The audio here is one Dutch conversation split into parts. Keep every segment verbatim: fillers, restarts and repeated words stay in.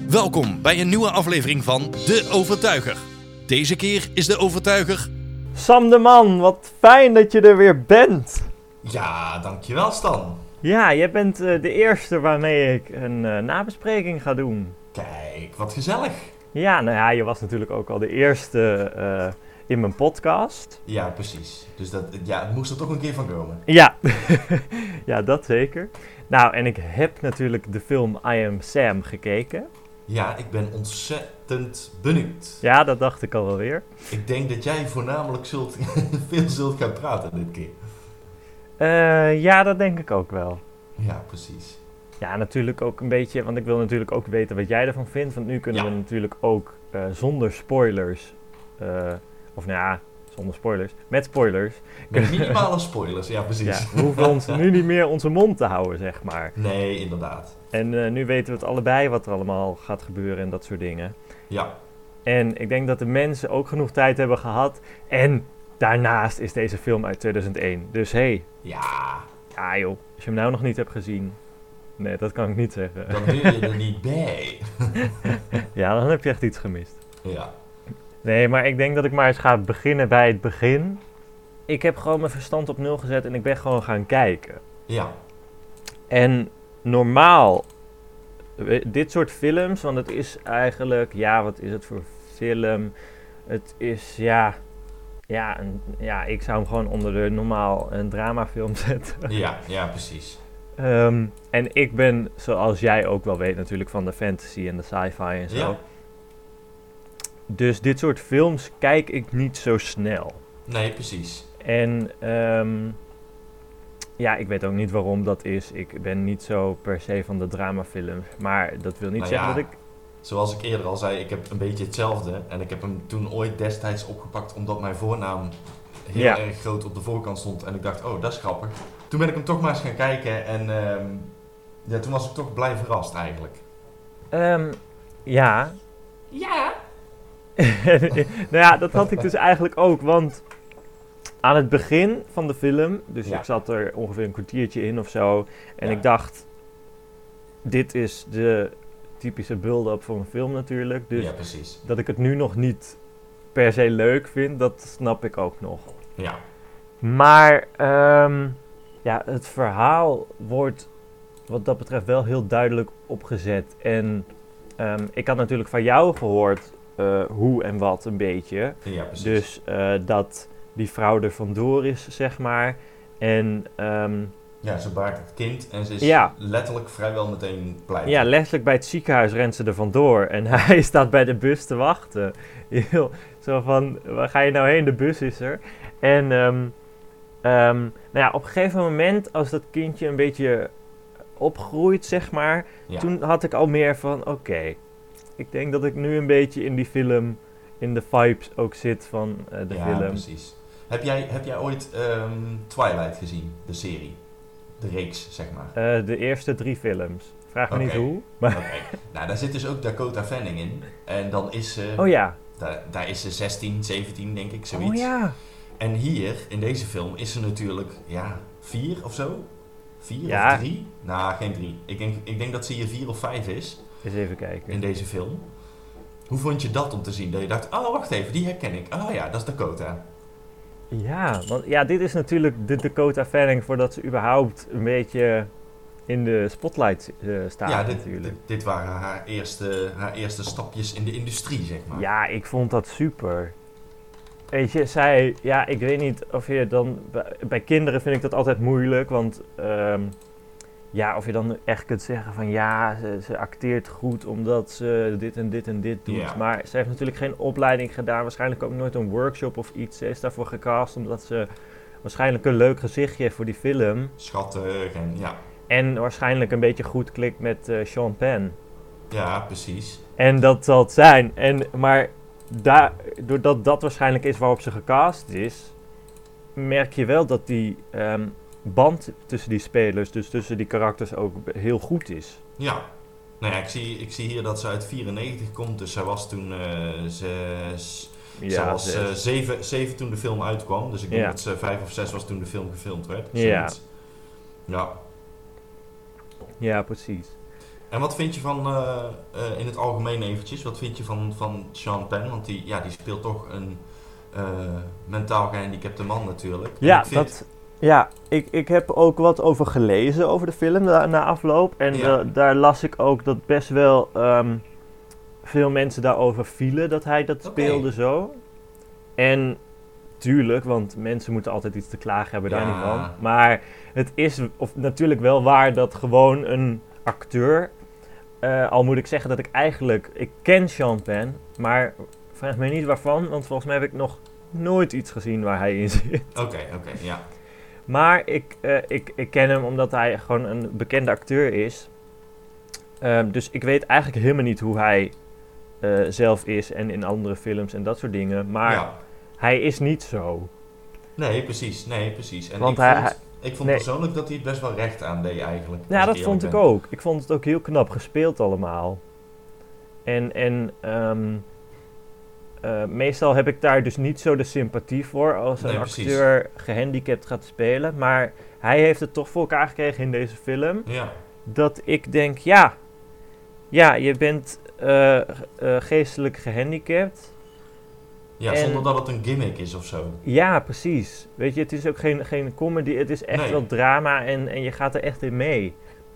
Welkom bij een nieuwe aflevering van De Overtuiger. Deze keer is de overtuiger... Sam de Man, wat fijn dat je er weer bent. Ja, dankjewel Stan. Ja, jij bent uh, de eerste waarmee ik een uh, nabespreking ga doen. Kijk, wat gezellig. Ja, nou ja, je was natuurlijk ook al de eerste uh, in mijn podcast. Ja, precies. Dus dat, ja, het moest er toch een keer van komen. Ja, ja, dat zeker. Nou, en ik heb natuurlijk de film I Am Sam gekeken. Ja, ik ben ontzettend benieuwd. Ja, dat dacht ik al wel weer. Ik denk dat jij voornamelijk zult, veel zult gaan praten dit keer. Uh, ja, dat denk ik ook wel. Ja, precies. Ja, natuurlijk ook een beetje, want ik wil natuurlijk ook weten wat jij ervan vindt. Want nu kunnen ja. we natuurlijk ook uh, zonder spoilers, uh, of nou ja, zonder spoilers, met spoilers. Met minimale spoilers, ja precies. Ja, we hoeven ons nu niet meer onze mond te houden, zeg maar. Nee, inderdaad. En uh, nu weten we het allebei wat er allemaal gaat gebeuren en dat soort dingen. Ja. En ik denk dat de mensen ook genoeg tijd hebben gehad. En daarnaast is deze film uit tweeduizend één. Dus hé. Hey, ja. Ja joh, als je hem nou nog niet hebt gezien. Nee, dat kan ik niet zeggen. Dan ben je er niet bij. Ja, dan heb je echt iets gemist. Ja. Nee, maar ik denk dat ik maar eens ga beginnen bij het begin. Ik heb gewoon mijn verstand op nul gezet en ik ben gewoon gaan kijken. Ja. En normaal, dit soort films, want het is eigenlijk, ja, wat is het voor film? Het is, ja, ja, een, ja ik zou hem gewoon onder de normaal een dramafilm zetten. Ja, ja, precies. Um, en ik ben, zoals jij ook wel weet, natuurlijk van de fantasy en de sci-fi en zo. Ja. Dus dit soort films kijk ik niet zo snel. Nee, precies. En um, ja, ik weet ook niet waarom dat is. Ik ben niet zo per se van de dramafilms. Maar dat wil niet nou zeggen ja, dat ik... Zoals ik eerder al zei, ik heb een beetje hetzelfde. En ik heb hem toen ooit destijds opgepakt omdat mijn voornaam heel ja. erg groot op de voorkant stond. En ik dacht, oh, dat is grappig. Toen ben ik hem toch maar eens gaan kijken en um, ja, toen was ik toch blij verrast eigenlijk. Um, ja. Ja. Nou ja, dat had ik dus eigenlijk ook, want aan het begin van de film, dus ja. ik zat er ongeveer een kwartiertje in of zo, en ja. ik dacht, dit is de typische build-up van een film natuurlijk, dus ja, precies. Dat ik het nu nog niet per se leuk vind, dat snap ik ook nog. Ja. Maar um, ja, het verhaal wordt wat dat betreft wel heel duidelijk opgezet. En um, ik had natuurlijk van jou gehoord uh, hoe en wat een beetje. Ja, precies. Dus uh, dat die vrouw er vandoor is, zeg maar. En um, ja, ze baart het kind en ze is ja. letterlijk vrijwel meteen blij. Ja, letterlijk bij het ziekenhuis rent ze er vandoor. En hij staat bij de bus te wachten. Heel, zo van, waar ga je nou heen? De bus is er. En um, um, nou ja, op een gegeven moment, als dat kindje een beetje opgroeit, zeg maar, ja. toen had ik al meer van, oké, okay, ik denk dat ik nu een beetje in die film, in de vibes ook zit van uh, de ja, film. Ja, precies. Heb jij, heb jij ooit um, Twilight gezien, de serie? De reeks, zeg maar. Uh, de eerste drie films. Vraag me okay. niet hoe. Maar okay. Nou, daar zit dus ook Dakota Fanning in. En dan is ze... Oh ja. Daar, daar is ze zestien, zeventien, denk ik, zoiets. Oh ja. En hier, in deze film, is ze natuurlijk, ja, vier of zo? Vier ja. of drie? Nou, geen drie. Ik denk, ik denk dat ze hier vier of vijf is. Eens even kijken. In deze film. Hoe vond je dat om te zien? Dat je dacht, oh, wacht even, die herken ik. Oh ja, dat is Dakota. Ja, want ja, dit is natuurlijk de Dakota Fanning voordat ze überhaupt een beetje in de spotlight uh, staat ja, dit, natuurlijk. Dit, dit waren haar eerste, haar eerste stapjes in de industrie, zeg maar. Ja, ik vond dat super. Weet je, zij, ja, ik weet niet of je dan, bij, bij kinderen vind ik dat altijd moeilijk, want um, ja, of je dan echt kunt zeggen van ja, ze, ze acteert goed omdat ze dit en dit en dit doet. Ja. Maar ze heeft natuurlijk geen opleiding gedaan, waarschijnlijk ook nooit een workshop of iets. Ze is daarvoor gecast omdat ze waarschijnlijk een leuk gezichtje heeft voor die film. Schattig en ja. En waarschijnlijk een beetje goed klikt met uh, Sean Penn. Ja, precies. En dat zal het zijn. En, maar daar, doordat dat waarschijnlijk is waarop ze gecast is, merk je wel dat die um, band tussen die spelers, dus tussen die karakters ook heel goed is. Ja. Nou ja, ik zie, ik zie hier dat ze uit vierennegentig komt, dus zij was toen uh, zes... Ja, ze was uh, zeven, zeven toen de film uitkwam, dus ik denk ja. dat ze vijf of zes was toen de film gefilmd werd. Ja. Ja. Ja, precies. En wat vind je van, uh, uh, in het algemeen eventjes, wat vind je van, van Sean Penn? Want die, ja, die speelt toch een uh, mentaal gehandicapte man natuurlijk. Ja, ik vind... dat, ja ik, ik heb ook wat over gelezen over de film na, na afloop. En Ja. uh, daar las ik ook dat best wel um, veel mensen daarover vielen dat hij dat Okay. speelde zo. En tuurlijk, want mensen moeten altijd iets te klagen hebben, daar Ja. niet van. Maar het is of, natuurlijk wel waar dat gewoon een acteur... Uh, al moet ik zeggen dat ik eigenlijk... Ik ken Sean Penn, maar vraag me niet waarvan. Want volgens mij heb ik nog nooit iets gezien waar hij in zit. Oké, okay, oké, okay, ja. Maar ik, uh, ik, ik ken hem omdat hij gewoon een bekende acteur is. Uh, dus ik weet eigenlijk helemaal niet hoe hij uh, zelf is en in andere films en dat soort dingen. Maar ja. hij is niet zo. Nee, precies. Nee, precies. En Want ik hij, vond, hij, ik vond nee. persoonlijk dat hij het best wel recht aan deed eigenlijk. Ja, dat ik vond ik ben. ook. Ik vond het ook heel knap gespeeld allemaal. En, en um, uh, meestal heb ik daar dus niet zo de sympathie voor als een Nee, acteur gehandicapt gaat spelen. Maar hij heeft het toch voor elkaar gekregen in deze film. Ja. Dat ik denk, ja, ja je bent uh, uh, geestelijk gehandicapt. Ja, en, zonder dat het een gimmick is of zo. Ja, precies. Weet je, het is ook geen, geen comedy, het is echt nee. wel drama en, en je gaat er echt in mee.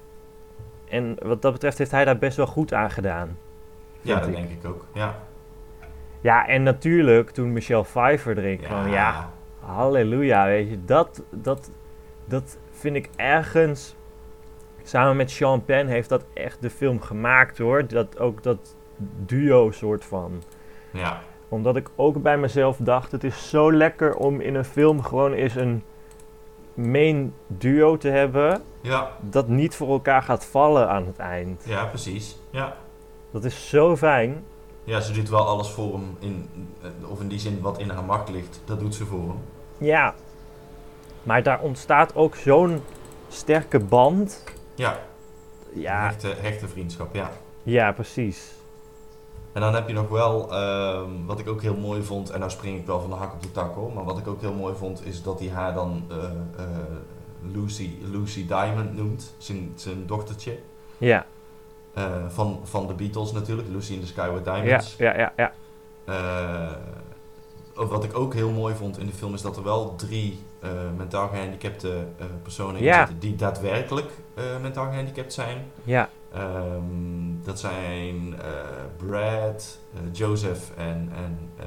En wat dat betreft heeft hij daar best wel goed aan gedaan. Ja, dat ik. denk ik ook, ja. Ja, en natuurlijk toen Michelle Pfeiffer erin Ja. kwam, ja, halleluja, weet je, dat, dat, dat vind ik ergens, samen met Sean Penn heeft dat echt de film gemaakt hoor, dat ook dat duo soort van. Ja. Omdat ik ook bij mezelf dacht, het is zo lekker om in een film gewoon eens een main duo te hebben, Ja. dat niet voor elkaar gaat vallen aan het eind. Ja, precies. Ja. Dat is zo fijn. Ja, ze doet wel alles voor hem, in, of in die zin wat in haar macht ligt, dat doet ze voor hem. Ja, maar daar ontstaat ook zo'n sterke band. Ja, Ja, hechte, hechte vriendschap, ja. ja, precies. En dan heb je nog wel, uh, wat ik ook heel mooi vond, en nou spring ik wel van de hak op de tak hoor, maar wat ik ook heel mooi vond is dat hij haar dan uh, uh, Lucy, Lucy Diamond noemt, zijn, zijn dochtertje. Ja. Uh, van, van de Beatles natuurlijk, Lucy in the Sky with Diamonds. Ja, ja, ja. ja. Uh, wat ik ook heel mooi vond in de film is dat er wel drie uh, mentaal gehandicapte uh, personen in ja. zitten die daadwerkelijk uh, mentaal gehandicapt zijn. Ja. Um, dat zijn uh, Brad, uh, Joseph en, en uh,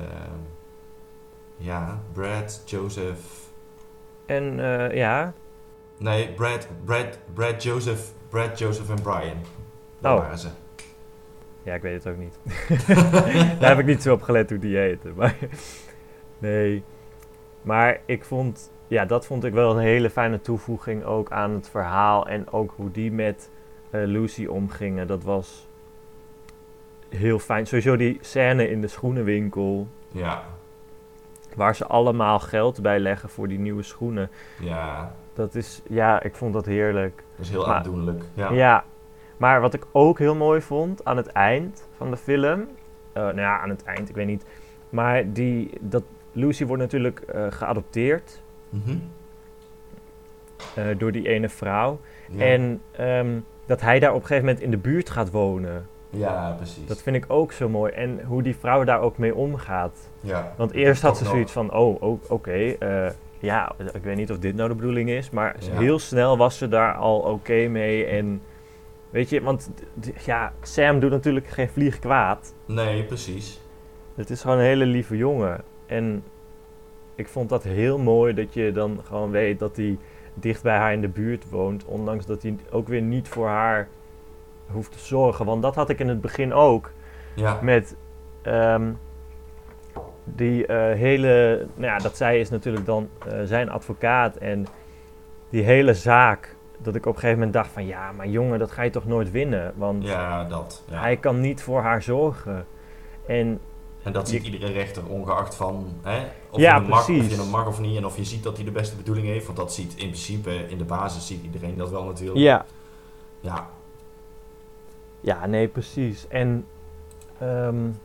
ja, Brad, Joseph. En uh, ja. Nee, Brad, Brad, Brad, Joseph, Brad, Joseph en Brian. Dat oh. waren ze. Ja, ik weet het ook niet. Daar heb ik niet zo op gelet hoe die heette. Maar nee. Maar ik vond, ja, dat vond ik wel een hele fijne toevoeging ook aan het verhaal. En ook hoe die met uh, Lucy omgingen. Dat was heel fijn. Sowieso die scène in de schoenenwinkel. Ja. Waar ze allemaal geld bij leggen voor die nieuwe schoenen. Ja. Dat is, ja, ik vond dat heerlijk. Dat is heel maar, aandoenlijk. Ja. ja. Maar wat ik ook heel mooi vond aan het eind van de film. Uh, nou ja, aan het eind, ik weet niet. Maar die, dat Lucy wordt natuurlijk uh, geadopteerd. Mm-hmm. Uh, door die ene vrouw. Ja. En um, dat hij daar op een gegeven moment in de buurt gaat wonen. Ja, precies. Dat vind ik ook zo mooi. En hoe die vrouw daar ook mee omgaat. Ja. Want eerst had ze nog. zoiets van, oh, oh oké. Okay, uh, ja, ik weet niet of dit nou de bedoeling is. Maar Ja. heel snel was ze daar al oké okay mee. En weet je, want d- ja, Sam doet natuurlijk geen vlieg kwaad. Nee, precies. Het is gewoon een hele lieve jongen. En ik vond dat heel mooi dat je dan gewoon weet dat hij dicht bij haar in de buurt woont. Ondanks dat hij ook weer niet voor haar hoeft te zorgen. Want dat had ik in het begin ook. Ja. Met um, die uh, hele... Nou ja, dat zij is natuurlijk dan uh, zijn advocaat. En die hele zaak... Dat ik op een gegeven moment dacht van... Ja, maar jongen, dat ga je toch nooit winnen? Want Ja, dat. Ja. hij kan niet voor haar zorgen. En, en dat ziet je, iedere rechter ongeacht van... Hè, of, ja, je hem mag, precies. of je hem mag of niet. En of je ziet dat hij de beste bedoeling heeft. Want dat ziet in principe... In de basis ziet iedereen dat wel natuurlijk. Ja. Ja. Ja, nee, precies. En... Um,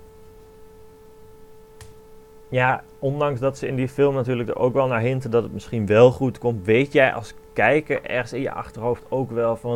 ja, ondanks dat ze in die film natuurlijk er ook wel naar hinten dat het misschien wel goed komt, weet jij als kijker ergens in je achterhoofd ook wel van,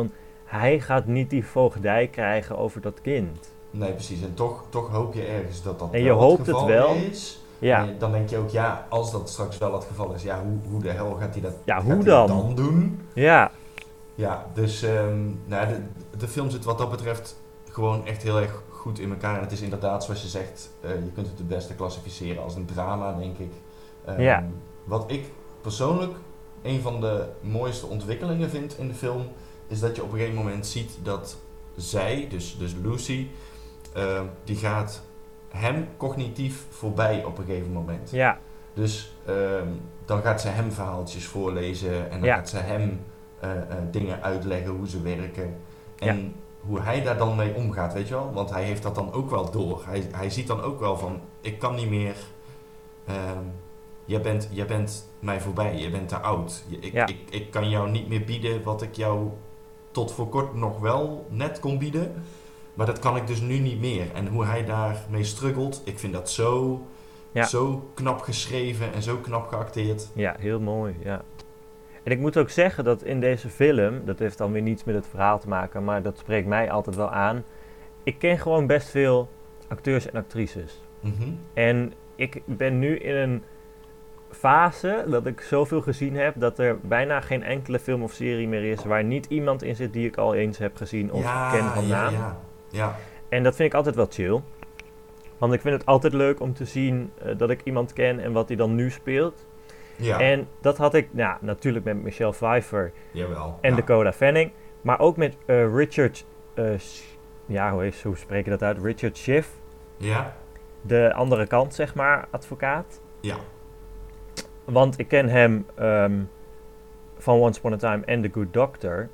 hij gaat niet die voogdij krijgen over dat kind. Nee, precies. En toch, toch hoop je ergens dat dat En je wel hoopt het het geval wel. is. Ja, En dan denk je ook, ja, als dat straks wel het geval is, ja, hoe, hoe de hel gaat hij dat, Ja, gaat hoe hij dan? dat dan doen? ja, Ja, dus ehm, nou, de, de film zit wat dat betreft gewoon echt heel erg goed in elkaar. En het is inderdaad, zoals je zegt, uh, je kunt het het beste klassificeren als een drama, denk ik. Um, Ja. Wat ik persoonlijk een van de mooiste ontwikkelingen vind in de film, is dat je op een gegeven moment ziet dat zij, dus, dus Lucy, uh, die gaat hem cognitief voorbij op een gegeven moment. ja, Dus um, dan gaat ze hem verhaaltjes voorlezen en dan Ja. gaat ze hem uh, uh, dingen uitleggen hoe ze werken. En Ja. hoe hij daar dan mee omgaat, weet je wel? Want hij heeft dat dan ook wel door. Hij, hij ziet dan ook wel van, ik kan niet meer... Um, jij, bent, jij bent mij voorbij, je bent te oud. Je, ik, Ja. ik, ik kan jou niet meer bieden wat ik jou tot voor kort nog wel net kon bieden. Maar dat kan ik dus nu niet meer. En hoe hij daarmee struggelt, ik vind dat zo... Ja. Zo knap geschreven en zo knap geacteerd. ja, heel mooi, ja. En ik moet ook zeggen dat in deze film, dat heeft dan weer niets met het verhaal te maken, maar dat spreekt mij altijd wel aan. Ik ken gewoon best veel acteurs en actrices. Mm-hmm. En ik ben nu in een fase dat ik zoveel gezien heb dat er bijna geen enkele film of serie meer is waar niet iemand in zit die ik al eens heb gezien of ja, ken van ja, naam. ja, ja. En dat vind ik altijd wel chill. Want ik vind het altijd leuk om te zien uh, dat ik iemand ken en wat hij dan nu speelt. Ja, En dat had ik nou, natuurlijk met Michelle Pfeiffer jawel. en ja. Dakota Fanning. Maar ook met uh, Richard... Uh, Sh- ja, hoe, is, hoe spreek je dat uit? Richard Schiff. Ja, De andere kant, zeg maar, advocaat. ja. Want ik ken hem um, van Once Upon a Time en The Good Doctor.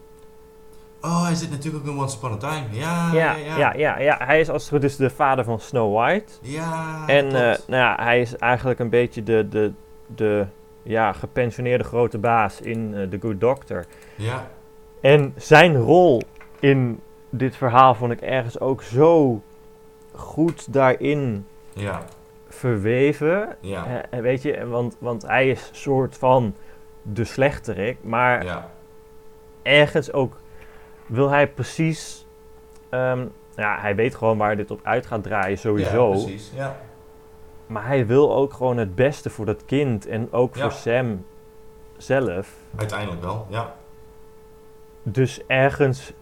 Oh, hij zit natuurlijk ook in Once Upon a Time. Ja, Ja, ja, ja. ja, ja, ja. Hij is als het goed is de vader van Snow White. Ja, En uh, klopt. nou ja, hij is eigenlijk een beetje de, de, de ja, gepensioneerde grote baas in uh, The Good Doctor. Ja, En zijn rol in dit verhaal vond ik ergens ook zo goed daarin ja, verweven. ja, Uh, weet je, want, want hij is soort van de slechterik, maar ja. ergens ook wil hij precies... Um, ja, hij weet gewoon waar dit op uit gaat draaien, sowieso. Ja, precies, ja. Maar hij wil ook gewoon het beste voor dat kind en ook Ja. voor Sam zelf. Uiteindelijk wel, ja. Dus ergens...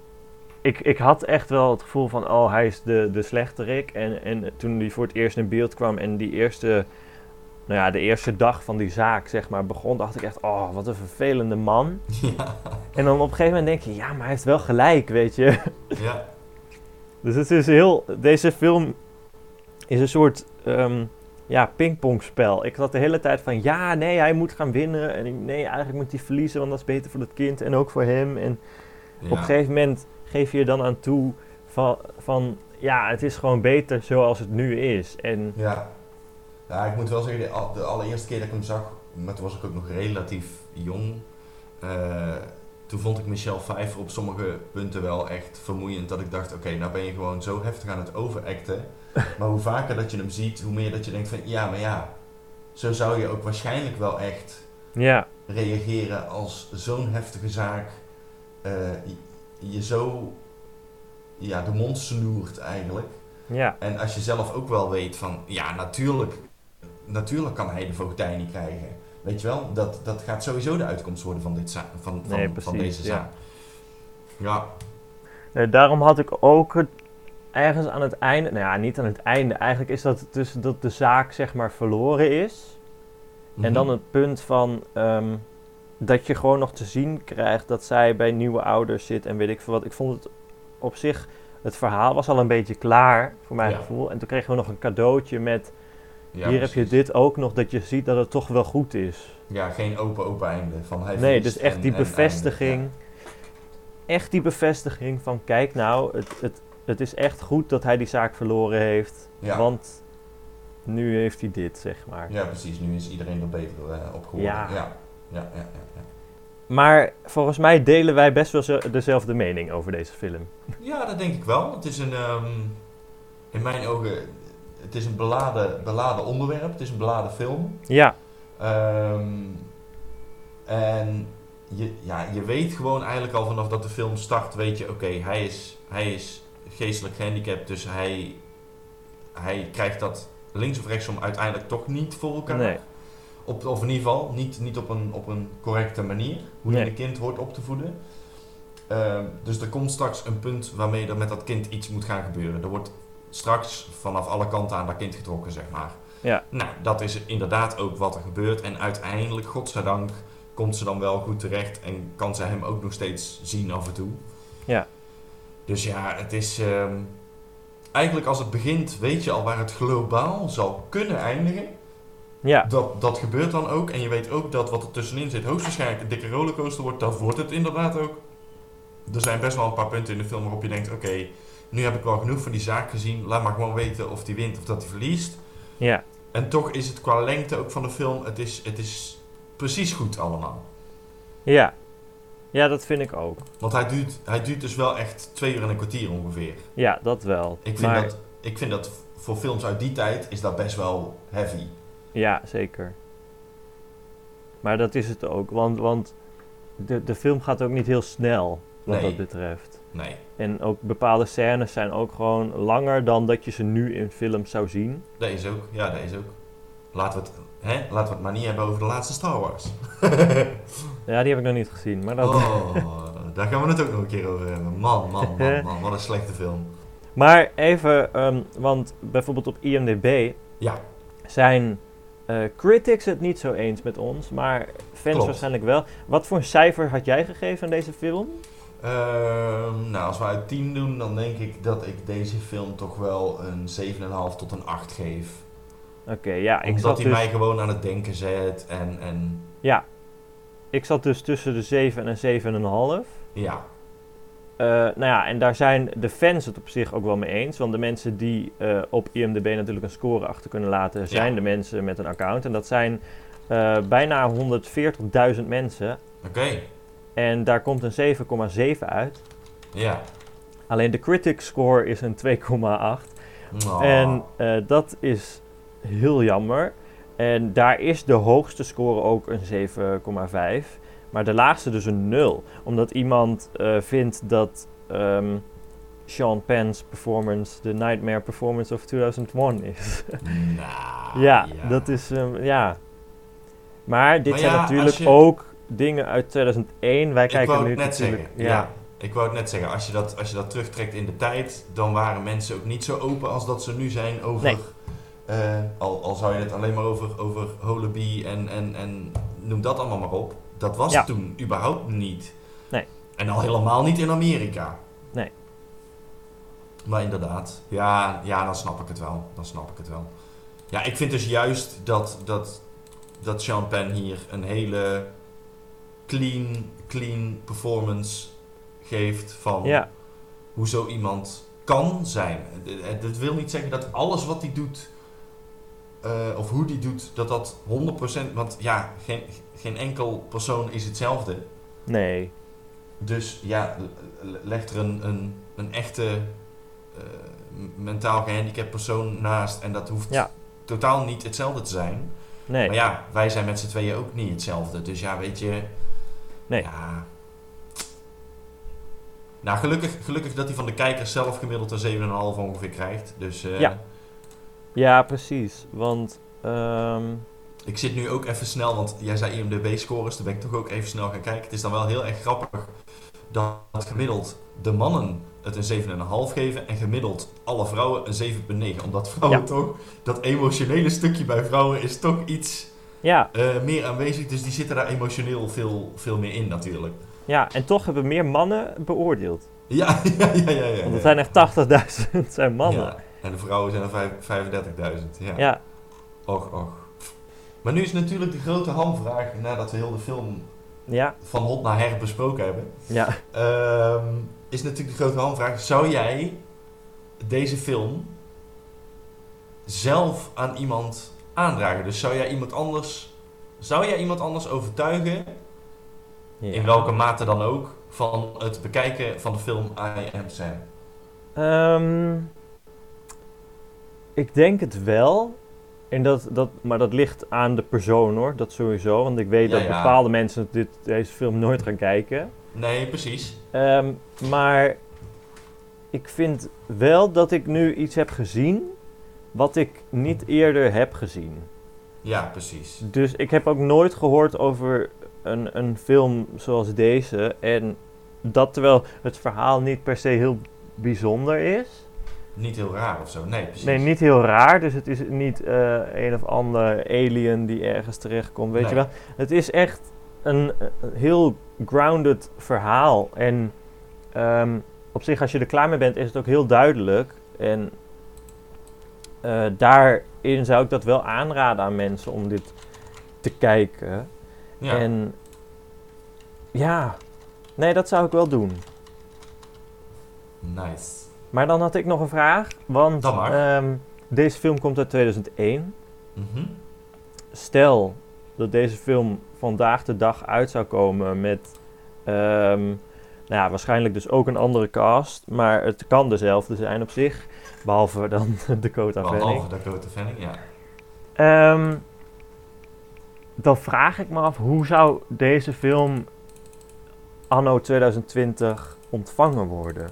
Ik, ik had echt wel het gevoel van, oh, hij is de, de slechterik. En, en toen hij voor het eerst in beeld kwam en die eerste... Nou ja, de eerste dag van die zaak, zeg maar, begon, dacht ik echt, oh, wat een vervelende man. Ja, En dan op een gegeven moment denk je, ja, maar hij heeft wel gelijk, weet je. ja, Dus het is heel... Deze film is een soort um, ja, pingpongspel. Ik had de hele tijd van, ja, nee, hij moet gaan winnen. En ik, nee, eigenlijk moet hij verliezen, want dat is beter voor het kind en ook voor hem. En ja. op een gegeven moment geef je er dan aan toe van, van, ja, het is gewoon beter zoals het nu is. En Ja. Ja, ik moet wel zeggen, de, al- de allereerste keer dat ik hem zag, maar toen was ik ook nog relatief jong. Uh, toen vond ik Michelle Pfeiffer op sommige punten wel echt vermoeiend. Dat ik dacht, oké, okay, nou ben je gewoon zo heftig aan het overacten. Maar hoe vaker dat je hem ziet, hoe meer dat je denkt van, ja, maar ja, zo zou je ook waarschijnlijk wel echt ja, reageren als zo'n heftige zaak uh, je, je zo ja, de mond snoert eigenlijk. ja, En als je zelf ook wel weet van, ja, natuurlijk, natuurlijk kan hij de voogdij niet krijgen. Weet je wel, dat, dat gaat sowieso de uitkomst worden van, dit za- van, van, Nee, van precies, deze ja. zaak. Ja, Uh, daarom had ik ook het ergens aan het einde, nou ja, niet aan het einde, eigenlijk is dat dus dat de zaak zeg maar verloren is. Mhm. En dan het punt van um, dat je gewoon nog te zien krijgt dat zij bij nieuwe ouders zit en weet ik veel wat. Ik vond het op zich, het verhaal was al een beetje klaar voor mijn Ja. gevoel. En toen kregen we nog een cadeautje met, ja, hier heb je precies. dit ook nog, dat je ziet dat het toch wel goed is. Ja, geen open open einde. Van hij Nee, verliest dus echt en- die en bevestiging. einde. Echt die bevestiging van, kijk nou, het, het, het is echt goed dat hij die zaak verloren heeft. Ja. Want nu heeft hij dit, zeg maar. Ja. Ja, precies. Nu is iedereen er beter uh, op geworden. Ja. Ja. Ja, ja, ja, ja. Maar volgens mij delen wij best wel zo- dezelfde mening over deze film. Ja, dat denk ik wel. Het is een, um, in mijn ogen, het is een beladen, beladen onderwerp. Het is een beladen film. Ja, Um, en je, ja, je weet gewoon eigenlijk al vanaf dat de film start, weet je, oké, okay, hij, is, hij is geestelijk gehandicapt, dus hij, hij krijgt dat links of rechtsom uiteindelijk toch niet voor elkaar. Nee. Op, of in ieder geval niet, niet op, een, op een correcte manier, hoe Nee. je een kind hoort op te voeden. Uh, dus er komt straks een punt waarmee er met dat kind iets moet gaan gebeuren. Er wordt straks vanaf alle kanten aan dat kind getrokken, zeg maar. Ja. Nou, dat is inderdaad ook wat er gebeurt. En uiteindelijk, godzijdank, komt ze dan wel goed terecht en kan ze hem ook nog steeds zien af en toe. Ja. Dus ja, het is... Um, eigenlijk als het begint, weet je al waar het globaal zal kunnen eindigen. Ja. Dat, dat gebeurt dan ook. En je weet ook dat wat er tussenin zit hoogstwaarschijnlijk een dikke rollercoaster wordt. Dat wordt het inderdaad ook. Er zijn best wel een paar punten in de film waarop je denkt... Oké, okay, nu heb ik wel genoeg van die zaak gezien. Laat maar gewoon weten of die wint of dat hij verliest. Ja. En toch is het qua lengte ook van de film... Het is, het is precies goed allemaal. Ja. Ja, dat vind ik ook. Want hij duurt, hij duurt dus wel echt twee uur en een kwartier ongeveer. Ja, dat wel. Ik vind, maar... dat, ik vind dat voor films uit die tijd is dat best wel heavy. Ja, zeker. Maar dat is het ook. Want, want de, de film gaat ook niet heel snel, wat Nee. dat betreft. Nee. En ook bepaalde scènes zijn ook gewoon langer dan dat je ze nu in films zou zien. Dat is ook. Ja, dat is ook. Laten we het, hè? Laten we het maar niet hebben over de laatste Star Wars. Ja, die heb ik nog niet gezien. Maar, dat... Oh, daar gaan we het ook nog een keer over hebben. Man, man, man, man. Wat een slechte film. maar even, um, want bijvoorbeeld op I M D B Ja. zijn uh, critics het niet zo eens met ons, maar fans Klopt. waarschijnlijk wel. Wat voor een cijfer had jij gegeven aan deze film? Uh, nou, als we uit tien doen, dan denk ik dat ik deze film toch wel een zeven komma vijf tot een acht geef. Oké, okay, ja. Ik Omdat zat hij dus... mij gewoon aan het denken zet en... en Ja. Ik zat dus tussen de zeven en een zeven komma vijf. ja. Uh, nou ja, en daar zijn de fans het op zich ook wel mee eens. Want de mensen die uh, op I M D B natuurlijk een score achter kunnen laten, zijn Ja. de mensen met een account. En dat zijn uh, bijna honderdveertigduizend mensen. Oké. Okay. En daar komt een zeven komma zeven uit. Ja. Alleen de critic score is een twee komma acht. Oh. En uh, dat is heel jammer. En daar is de hoogste score ook een zeven komma vijf. Maar de laagste dus een nul. Omdat iemand uh, vindt dat um, Sean Penn's performance de Nightmare Performance of tweeduizend één is. Nou, ja, ja, dat is... Um, ja. Maar dit maar zijn ja, natuurlijk je... ook dingen uit tweeduizend één. Wij ik kijken wou nu het net natuurlijk... zeggen. Ja. Ja. Ik wou het net zeggen. Als je, dat, als je dat terugtrekt in de tijd, dan waren mensen ook niet zo open als dat ze nu zijn over... Nee. Uh, al, al zou je het alleen maar over, over Holeby en, en, en noem dat allemaal maar op. Dat was Ja. toen überhaupt niet. Nee. En al helemaal niet in Amerika. Nee. Maar inderdaad, ja, ja, dan snap ik het wel. Dan snap ik het wel. Ja, ik vind dus juist dat, dat, dat Sean Penn hier een hele clean, clean performance geeft van Ja. hoe zo iemand kan zijn. Dat wil niet zeggen dat alles wat hij doet, uh, of hoe hij doet, dat dat honderd procent... Want ja, geen, geen enkel persoon is hetzelfde. Nee. Dus ja, legt er een, een, een echte uh, mentaal gehandicapt persoon naast en dat hoeft Ja. totaal niet hetzelfde te zijn. Nee. Maar ja, wij zijn met z'n tweeën ook niet hetzelfde. Dus ja, weet je... Nee. Ja. Nou, gelukkig, gelukkig dat hij van de kijkers zelf gemiddeld een zeven komma vijf ongeveer krijgt. Dus uh, Ja. Ja, precies. Want... Um... ik zit nu ook even snel, want jij zei I M D B-scores, daar ben ik toch ook even snel gaan kijken. Het is dan wel heel erg grappig dat gemiddeld de mannen het een zeven komma vijf geven en gemiddeld alle vrouwen een zeven komma negen. Omdat vrouwen Ja. toch, dat emotionele stukje bij vrouwen is toch iets Ja. uh, meer aanwezig. Dus die zitten daar emotioneel veel, veel meer in natuurlijk. Ja, en toch hebben meer mannen beoordeeld. Ja, ja, ja, ja. ja Want het ja. zijn echt tachtigduizend zijn mannen. Ja, en de vrouwen zijn er vijfendertigduizend. Ja. Ja. Och, och. Maar nu is natuurlijk de grote hamvraag, nadat we heel de film Ja. van hot naar her besproken hebben, Ja. um, is natuurlijk de grote hamvraag, zou jij deze film zelf aan iemand aandragen? Dus zou jij iemand anders, zou jij iemand anders overtuigen, Ja. in welke mate dan ook, van het bekijken van de film I Am Sam? Um, ik denk het wel. En dat, dat, maar dat ligt aan de persoon hoor, dat sowieso. Want ik weet Ja, dat ja. bepaalde mensen dit, deze film nooit gaan kijken. Nee, precies. Um, maar ik vind wel dat ik nu iets heb gezien wat ik niet eerder heb gezien. Ja, precies. Dus ik heb ook nooit gehoord over een, een film zoals deze. En dat terwijl het verhaal niet per se heel bijzonder is. Niet heel raar of zo, nee, precies. Nee, niet heel raar. Dus het is niet uh, een of ander alien die ergens terechtkomt, weet Nee. je wel. Het is echt een, een heel grounded verhaal. En um, op zich, als je er klaar mee bent, is het ook heel duidelijk. En uh, daarin zou ik dat wel aanraden aan mensen om dit te kijken. Ja. En ja, nee, dat zou ik wel doen. Nice. Maar dan had ik nog een vraag, want Dat mag. um, deze film komt uit tweeduizend één. Mm-hmm. Stel dat deze film vandaag de dag uit zou komen met, um, nou ja, waarschijnlijk dus ook een andere cast, maar het kan dezelfde zijn op zich, behalve dan Dakota Fanning. Behalve Dakota Fanning, ja. Um, dan vraag ik me af, hoe zou deze film anno tweeduizend twintig ontvangen worden?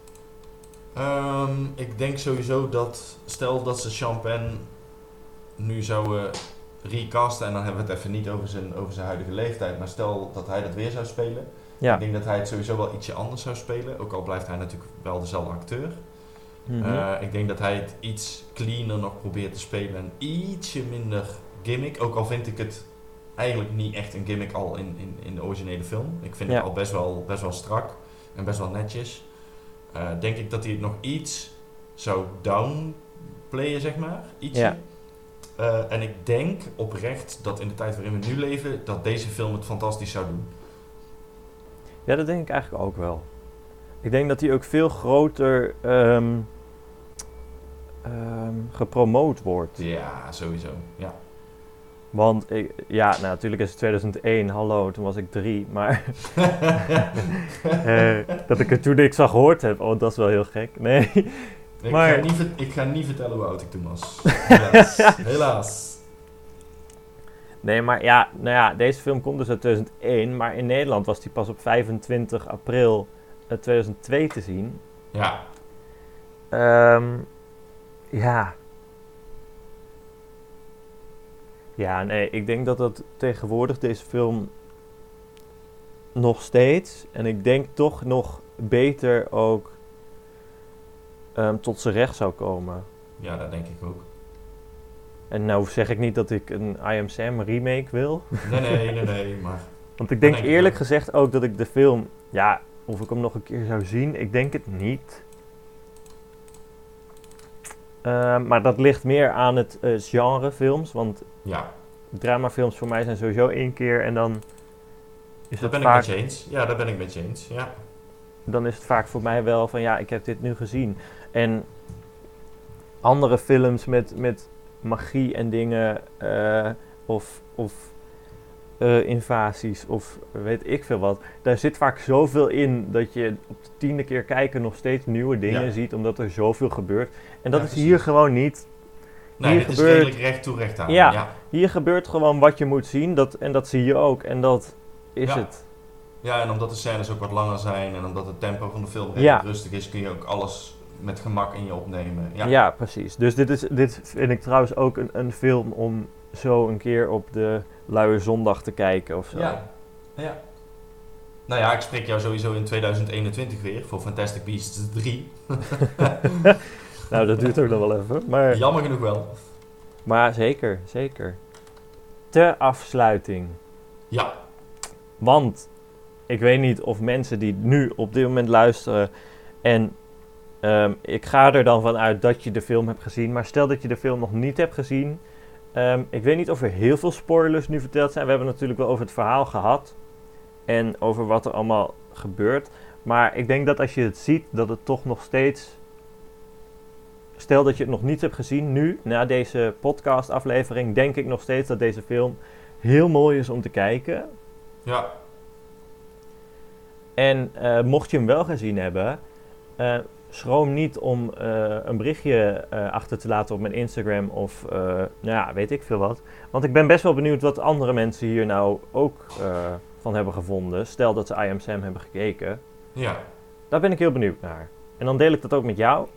Um, ik denk sowieso dat, stel dat ze Sean Penn nu zouden recasten, en dan hebben we het even niet over zijn, over zijn huidige leeftijd, maar stel dat hij dat weer zou spelen. Ja. Ik denk dat hij het sowieso wel ietsje anders zou spelen, ook al blijft hij natuurlijk wel dezelfde acteur. Mm-hmm. Uh, ik denk dat hij het iets cleaner nog probeert te spelen en ietsje minder gimmick, ook al vind ik het eigenlijk niet echt een gimmick al in, in, in de originele film. Ik vind Ja. het al best wel, best wel strak en best wel netjes. Uh, denk ik dat hij het nog iets zou downplayen, zeg maar. Ietsje. Ja. Uh, en ik denk oprecht dat in de tijd waarin we nu leven, dat deze film het fantastisch zou doen. Ja, dat denk ik eigenlijk ook wel. Ik denk dat hij ook veel groter um, um, gepromoot wordt. Ja, sowieso. Ja. Want, ik, ja, nou, natuurlijk is het tweeduizend één, hallo, toen was ik drie, maar uh, dat ik het toen ik zag gehoord heb, oh, dat is wel heel gek. Nee, Ik, maar... ga niet ver- ik ga niet vertellen hoe oud ik toen was. Helaas. Helaas. Nee, maar ja, nou ja, deze film komt dus uit tweeduizend één, maar in Nederland was die pas op vijfentwintig april tweeduizend twee te zien. Ja. Um, ja... Ja, nee, ik denk dat dat tegenwoordig deze film nog steeds, en ik denk toch nog beter ook um, tot zijn recht zou komen. Ja, dat denk ik ook. En nou zeg ik niet dat ik een I Am Sam remake wil. Nee, nee, nee, nee, maar... Want ik denk, denk ik eerlijk ook. gezegd ook dat ik de film, ja, of ik hem nog een keer zou zien, ik denk het niet. Uh, maar dat ligt meer aan het uh, genre films, want Ja, dramafilms voor mij zijn sowieso één keer en dan is dat het ben vaak, ik met je eens. Ja, daar ben ik met je eens. Ja. dan is het vaak voor mij wel van ja, ik heb dit nu gezien. En andere films met, met magie en dingen uh, of, of uh, invasies of weet ik veel wat. Daar zit vaak zoveel in dat je op de tiende keer kijken nog steeds nieuwe dingen Ja. ziet, omdat er zoveel gebeurt. En dat Ja, is precies. hier gewoon niet. Nee, Hier het is gebeurt- redelijk recht toe recht aan. Ja. Ja. Hier gebeurt gewoon wat je moet zien dat, en dat zie je ook. En dat is Ja. het. Ja, en omdat de scènes ook wat langer zijn en omdat het tempo van de film redelijk Ja. rustig is, kun je ook alles met gemak in je opnemen. Ja, Ja, precies. Dus dit, is, dit vind ik trouwens ook een, een film om zo een keer op de luie zondag te kijken of zo. Ja. ja. Nou ja, ik spreek jou sowieso in tweeduizend eenentwintig weer voor Fantastic Beasts drie. Nou, dat duurt ook nog wel even. Maar, Jammer genoeg wel. maar zeker, zeker. Ter afsluiting. Ja. Want ik weet niet of mensen die nu op dit moment luisteren en um, ik ga er dan van uit dat je de film hebt gezien, maar stel dat je de film nog niet hebt gezien. Um, ik weet niet of er heel veel spoilers nu verteld zijn. We hebben natuurlijk wel over het verhaal gehad en over wat er allemaal gebeurt. Maar ik denk dat als je het ziet, dat het toch nog steeds... Stel dat je het nog niet hebt gezien, nu, na deze podcast-aflevering, denk ik nog steeds dat deze film heel mooi is om te kijken. Ja. En uh, mocht je hem wel gezien hebben, uh, schroom niet om uh, een berichtje uh, achter te laten op mijn Instagram of uh, nou ja, weet ik veel wat. Want ik ben best wel benieuwd wat andere mensen hier nou ook uh, van hebben gevonden. Stel dat ze I Am Sam hebben gekeken. Ja. Daar ben ik heel benieuwd naar. En dan deel ik dat ook met jou,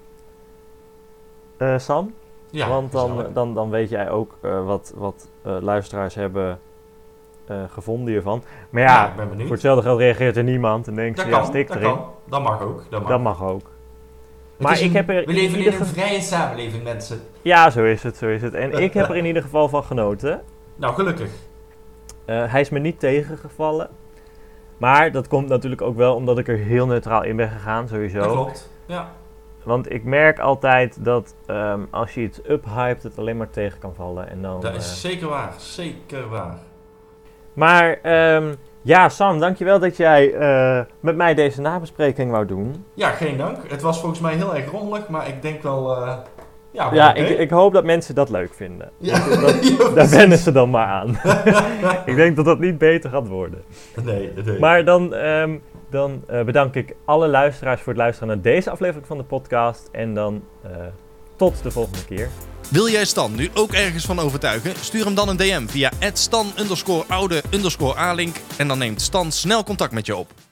uh, Sam. Ja, Want dan, dan, dan weet jij ook uh, wat, wat uh, luisteraars hebben uh, gevonden hiervan. Maar ja, ja ik ben benieuwd. Voor hetzelfde geld reageert er niemand en denkt dat ze, kan, ja, stik dat erin. Kan. Dat mag ook. Dat mag, dat mag ook. Het maar ik een, heb er we leven in, in een geval... vrije samenleving, mensen. Ja, zo is het, zo is het. En ik heb er in ieder geval van genoten. Nou, gelukkig. Uh, hij is me niet tegengevallen. Maar dat komt natuurlijk ook wel omdat ik er heel neutraal in ben gegaan, sowieso. Dat klopt, ja. Want ik merk altijd dat um, als je iets uphypt, het alleen maar tegen kan vallen. En dan, dat is uh... zeker waar, zeker waar. Maar um, ja, Sam, dankjewel dat jij uh, met mij deze nabespreking wou doen. Ja, geen dank. Het was volgens mij heel erg rommelig, maar ik denk wel... Uh, ja, ja okay. ik, ik hoop dat mensen dat leuk vinden. Ja. Dat, ja, daar wennen ze dan maar aan. Ik denk dat dat niet beter gaat worden. Nee, nee. Maar dan... Um, Dan uh, bedank ik alle luisteraars voor het luisteren naar deze aflevering van de podcast. En dan uh, tot de volgende keer. Wil jij Stan nu ook ergens van overtuigen? Stuur hem dan een D M via at stan underscore oude underscore alink. En dan neemt Stan snel contact met je op.